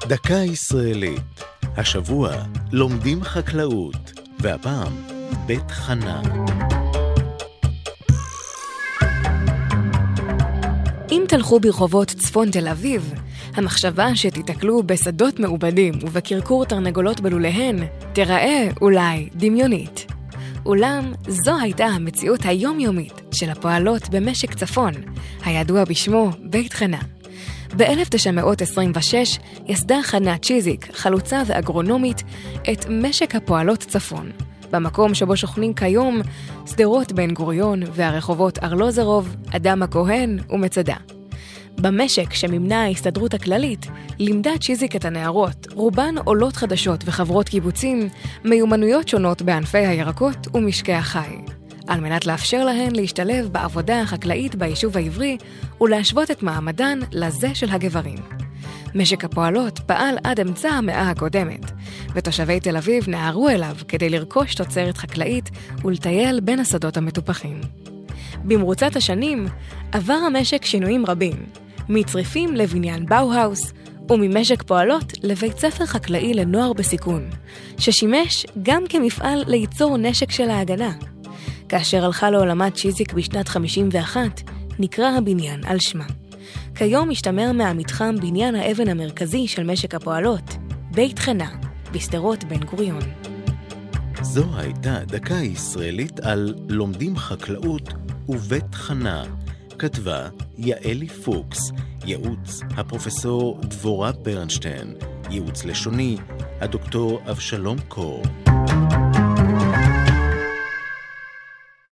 דקה ישראלית. השבוע לומדים חקלאות, והפעם בית חנה. אם תלכו ברחובות צפון תל אביב, המחשבה שתתקלו בשדות מעובדים ובקרקור תרנגולות בלוליהן תראה אולי דמיונית. אולם זו הייתה המציאות היומיומית של הפועלות במשק צפון, הידוע בשמו בית חנה. ב-1926 יסדה חנה צ'יזיק, חלוצה ואגרונומית, את משק הפועלות צפון, במקום שבו שוכנים כיום שדרות בן גוריון והרחובות ארלוזרוב, אדם הכהן ומצדה. במשק שממנה ההסתדרות הכללית, לימדה צ'יזיק את הנערות, רובן עולות חדשות וחברות קיבוצים, מיומנויות שונות בענפי הירקות ומשקי החי, על מנת לאפשר להן להשתלב בעבודה החקלאית ביישוב העברי ולהשוות את מעמדן לזה של הגברים. משק הפועלות פעל עד אמצע המאה הקודמת, ותושבי תל אביב נערו אליו כדי לרכוש תוצרת חקלאית ולטייל בין השדות המטופחים. במרוצת השנים עבר המשק שינויים רבים, מצריפים לבניין באוהאוס, וממשק פועלות לבית ספר חקלאי לנוער בסיכון, ששימש גם כמפעל ליצור נשק של ההגנה. כאשר הלכה לעולמה צ'יזיק בשנת 51, נקרא הבניין על שמה. כיום משתמר מהמתחם בניין האבן המרכזי של משק הפועלות, בית חנה, בשדרות בן גוריון. זו הייתה דקה ישראלית על לומדים חקלאות ובית חנה. כתבה יעלי פוקס, ייעוץ הפרופסור דבורה ברנשטיין, ייעוץ לשוני הדוקטור אבשלום קור.